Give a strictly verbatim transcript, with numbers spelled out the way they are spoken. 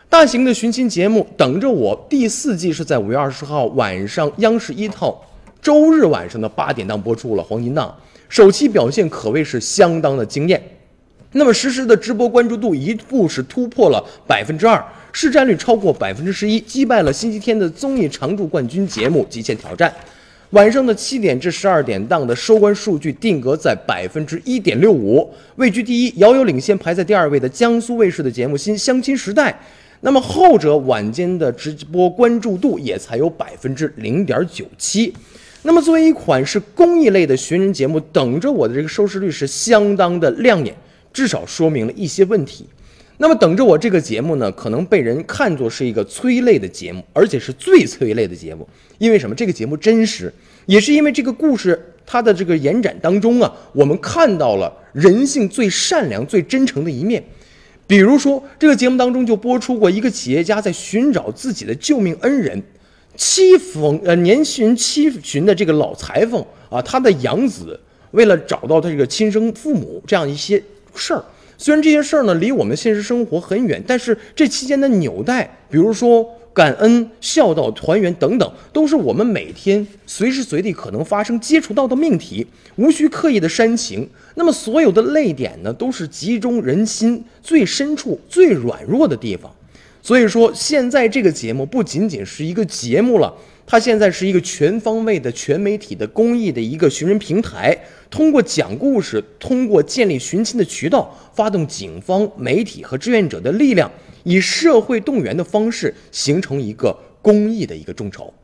大型的寻亲节目等着我第四季是在五月二十号晚上央视一套周日晚上的八点档播出了，黄金档首期表现可谓是相当的惊艳。那么实时的直播关注度一度是突破了百分之二，市占率超过百分之十一，击败了星期天的综艺常驻冠军节目《极限挑战》。晚上的七点至十二点档的收官数据定格在百分之一点六五，位居第一，遥遥领先排在第二位的江苏卫视的节目《新相亲时代》。那么后者晚间的直播关注度也才有百分之零点九七。那么作为一款是公益类的寻人节目，等着我的这个收视率是相当的亮眼，至少说明了一些问题。那么等着我这个节目呢，可能被人看作是一个催泪的节目，而且是最催泪的节目。因为什么？这个节目真实，也是因为这个故事它的这个延展当中啊，我们看到了人性最善良、最真诚的一面。比如说，这个节目当中就播出过一个企业家在寻找自己的救命恩人，七逢呃年寻七旬的这个老裁缝啊，他的养子为了找到他这个亲生父母这样一些事儿。虽然这些事儿呢离我们现实生活很远，但是这期间的纽带，比如说感恩、孝道、团圆等等，都是我们每天随时随地可能发生接触到的命题，无需刻意的煽情。那么所有的泪点呢，都是集中人心最深处、最软弱的地方。所以说，现在这个节目不仅仅是一个节目了，它现在是一个全方位的全媒体的公益的一个寻人平台，通过讲故事，通过建立寻亲的渠道，发动警方、媒体和志愿者的力量，以社会动员的方式形成一个公益的一个众筹。